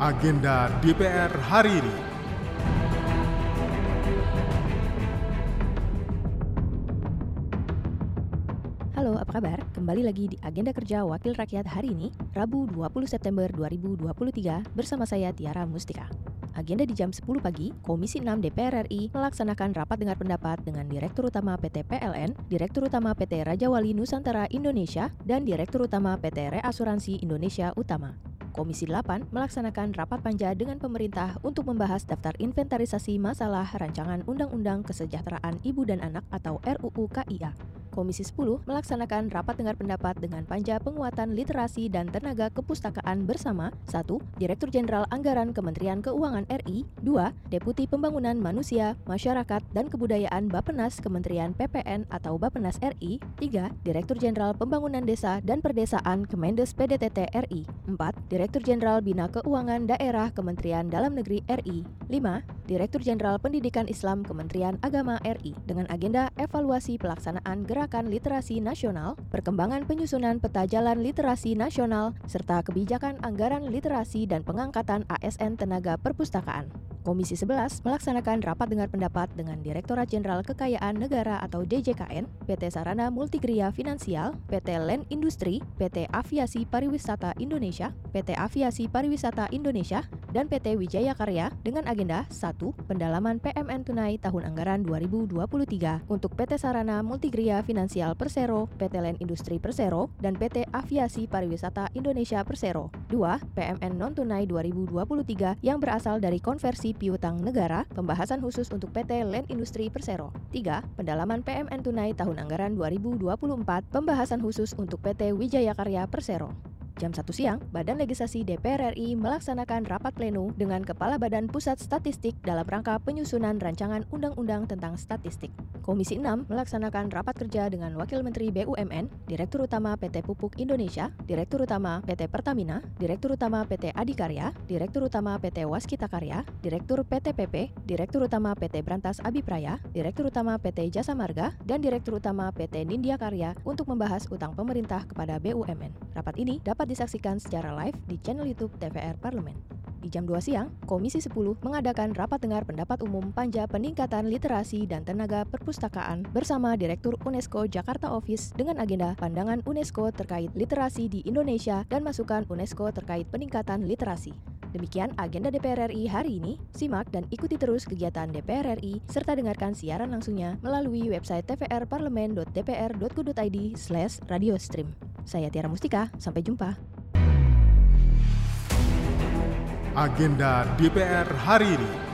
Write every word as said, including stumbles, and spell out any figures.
Agenda D P R hari ini. Halo, apa kabar? Kembali lagi di Agenda Kerja Wakil Rakyat hari ini, Rabu dua puluh September dua ribu dua puluh tiga, bersama saya Tiara Mustika. Agenda di jam sepuluh pagi, Komisi enam D P R R I melaksanakan rapat dengar pendapat dengan Direktur Utama P T P L N, Direktur Utama P T Raja Wali Nusantara Indonesia, dan Direktur Utama P T Reasuransi Indonesia Utama. Komisi delapan melaksanakan rapat panja dengan pemerintah untuk membahas daftar inventarisasi masalah rancangan Undang-Undang Kesejahteraan Ibu dan Anak atau R U U K I A. Komisi sepuluh melaksanakan rapat dengar pendapat dengan panja penguatan literasi dan tenaga kepustakaan bersama satu. Direktur Jenderal Anggaran Kementerian Keuangan R I, dua. Deputi Pembangunan Manusia, Masyarakat, dan Kebudayaan Bappenas Kementerian P P N atau Bappenas R I, tiga. Direktur Jenderal Pembangunan Desa dan Perdesaan Kemendes P D T T R I, empat. Direktur Jenderal Bina Keuangan Daerah Kementerian Dalam Negeri R I, lima. Direktur Jenderal Pendidikan Islam Kementerian Agama R I dengan agenda evaluasi pelaksanaan Gerakan Literasi Nasional, perkembangan penyusunan peta jalan literasi nasional, serta kebijakan anggaran literasi dan pengangkatan A S N Tenaga Perpustakaan. Komisi sebelas melaksanakan rapat dengar pendapat dengan Direktorat Jenderal Kekayaan Negara atau D J K N, P T Sarana Multigria Finansial, P T Land Industri, P T Aviasi Pariwisata Indonesia, P T Aviasi Pariwisata Indonesia, dan P T Wijaya Karya dengan agenda satu. Pendalaman P M N Tunai tahun anggaran dua ribu dua puluh tiga untuk P T Sarana Multigria Finansial Persero, P T Land Industri Persero, dan P T Aviasi Pariwisata Indonesia Persero. dua. P M N Non-Tunai dua ribu dua puluh tiga yang berasal dari konversi piutang negara, pembahasan khusus untuk P T Land Industri Persero. tiga. Pendalaman P M N Tunai tahun anggaran dua ribu dua puluh empat, pembahasan khusus untuk P T Wijaya Karya Persero. Jam satu siang, Badan Legislasi D P R R I melaksanakan rapat pleno dengan Kepala Badan Pusat Statistik dalam rangka penyusunan rancangan Undang-Undang tentang Statistik. Komisi enam melaksanakan rapat kerja dengan Wakil Menteri B U M N, Direktur Utama P T Pupuk Indonesia, Direktur Utama P T Pertamina, Direktur Utama P T Adikarya, Direktur Utama P T Waskita Karya, Direktur P T P P, Direktur Utama P T Brantas Abipraya, Direktur Utama P T Jasa Marga, dan Direktur Utama P T Nindya Karya untuk membahas utang pemerintah kepada B U M N. Rapat ini dapat disaksikan secara live di channel YouTube T V R Parlemen. Di jam dua siang, Komisi sepuluh mengadakan rapat dengar pendapat umum panja peningkatan literasi dan tenaga perpustakaan bersama Direktur UNESCO Jakarta Office dengan agenda pandangan UNESCO terkait literasi di Indonesia dan masukan UNESCO terkait peningkatan literasi. Demikian agenda D P R R I hari ini. Simak dan ikuti terus kegiatan D P R R I serta dengarkan siaran langsungnya melalui website tvrparlemen dot d p r dot go dot i d slash radio stream. Saya Tiara Mustika, sampai jumpa. Agenda D P R hari ini.